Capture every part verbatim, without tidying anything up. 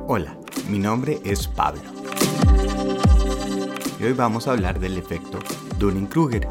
Hola, mi nombre es Pablo y hoy vamos a hablar del efecto Dunning-Kruger.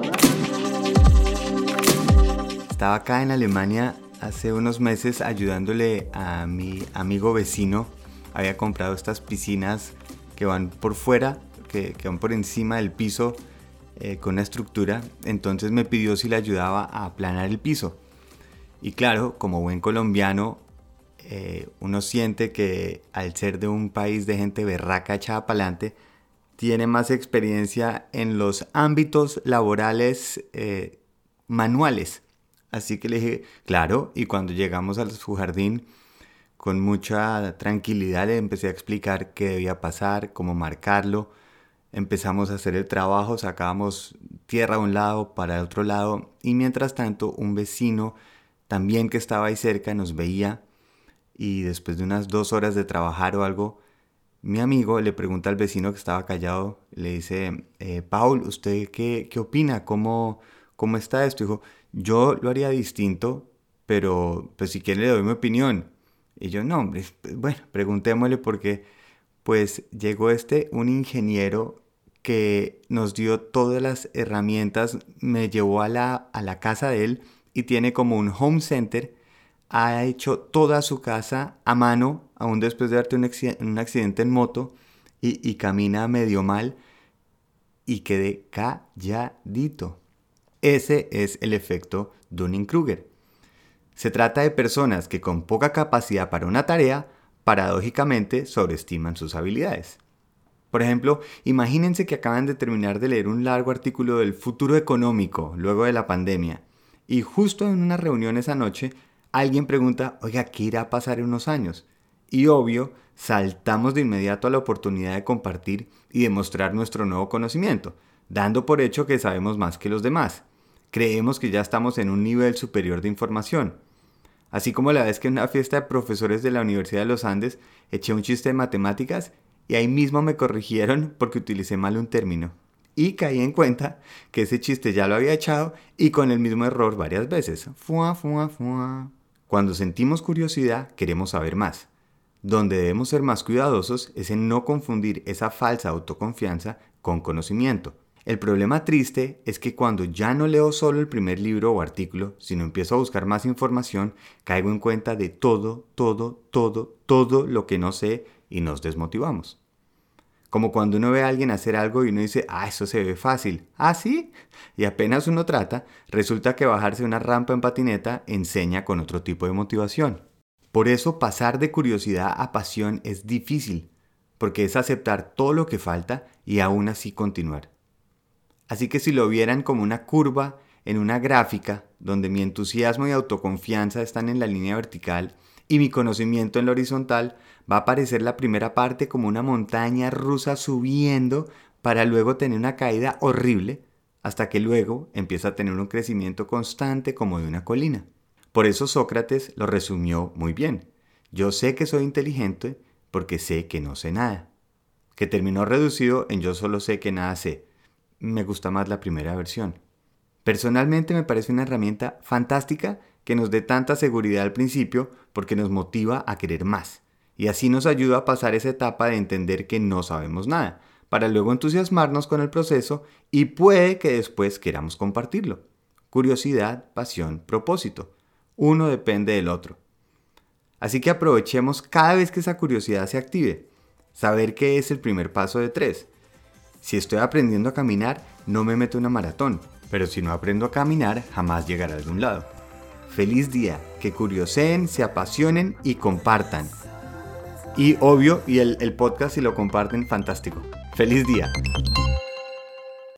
Estaba acá en Alemania hace unos meses ayudándole a mi amigo vecino. Había comprado estas piscinas que van por fuera, que, que van por encima del piso eh, con una estructura. Entonces me pidió si le ayudaba a aplanar el piso. Y claro, como buen colombiano, eh, uno siente que al ser de un país de gente berraca echada para adelante, tiene más experiencia en los ámbitos laborales eh, manuales. Así que le dije, claro, y cuando llegamos a su jardín, con mucha tranquilidad le empecé a explicar qué debía pasar, cómo marcarlo. Empezamos a hacer el trabajo, sacábamos tierra a un lado, para el otro lado, y mientras tanto un vecino también que estaba ahí cerca nos veía, y después de unas dos horas de trabajar o algo, mi amigo le pregunta al vecino que estaba callado, le dice, eh, Paul, ¿usted qué, qué opina? ¿Cómo, cómo está esto? Dijo, yo lo haría distinto, pero pues si quiere le doy mi opinión. Y yo, no, hombre, bueno, preguntémosle porque pues llegó este, un ingeniero que nos dio todas las herramientas, me llevó a la, a la casa de él y tiene como un home center. Ha hecho toda su casa a mano, aún después de darte un, accidente, un accidente en moto, y, y camina medio mal, y quedé calladito. Ese es el efecto Dunning-Kruger. Se trata de personas que con poca capacidad para una tarea, paradójicamente sobreestiman sus habilidades. Por ejemplo, imagínense que acaban de terminar de leer un largo artículo del futuro económico luego de la pandemia, y justo en una reunión esa noche, alguien pregunta, oiga, ¿qué irá a pasar en unos años? Y obvio, saltamos de inmediato a la oportunidad de compartir y demostrar nuestro nuevo conocimiento, dando por hecho que sabemos más que los demás. Creemos que ya estamos en un nivel superior de información. Así como la vez que en una fiesta de profesores de la Universidad de los Andes eché un chiste de matemáticas y ahí mismo me corrigieron porque utilicé mal un término. Y caí en cuenta que ese chiste ya lo había echado y con el mismo error varias veces. Fua, fua, fua. Cuando sentimos curiosidad, queremos saber más. Donde debemos ser más cuidadosos es en no confundir esa falsa autoconfianza con conocimiento. El problema triste es que cuando ya no leo solo el primer libro o artículo, sino empiezo a buscar más información, caigo en cuenta de todo, todo, todo, todo lo que no sé y nos desmotivamos. Como cuando uno ve a alguien hacer algo y uno dice, ah, eso se ve fácil. ¿Ah, sí? Y apenas uno trata, resulta que bajarse una rampa en patineta enseña con otro tipo de motivación. Por eso pasar de curiosidad a pasión es difícil, porque es aceptar todo lo que falta y aún así continuar. Así que si lo vieran como una curva en una gráfica, donde mi entusiasmo y autoconfianza están en la línea vertical y mi conocimiento en la horizontal, va a aparecer la primera parte como una montaña rusa subiendo para luego tener una caída horrible, hasta que luego empieza a tener un crecimiento constante como de una colina. Por eso Sócrates lo resumió muy bien. Yo sé que soy inteligente porque sé que no sé nada. Que terminó reducido en yo solo sé que nada sé. Me gusta más la primera versión. Personalmente me parece una herramienta fantástica que nos dé tanta seguridad al principio porque nos motiva a querer más. Y así nos ayuda a pasar esa etapa de entender que no sabemos nada, para luego entusiasmarnos con el proceso y puede que después queramos compartirlo. Curiosidad, pasión, propósito. Uno depende del otro. Así que aprovechemos cada vez que esa curiosidad se active. Saber que es el primer paso de tres. Si estoy aprendiendo a caminar, no me meto en una maratón, pero si no aprendo a caminar, jamás llegaré a algún lado. Feliz día, que curioseen, se apasionen y compartan. Y obvio, y el, el podcast si lo comparten, fantástico. ¡Feliz día!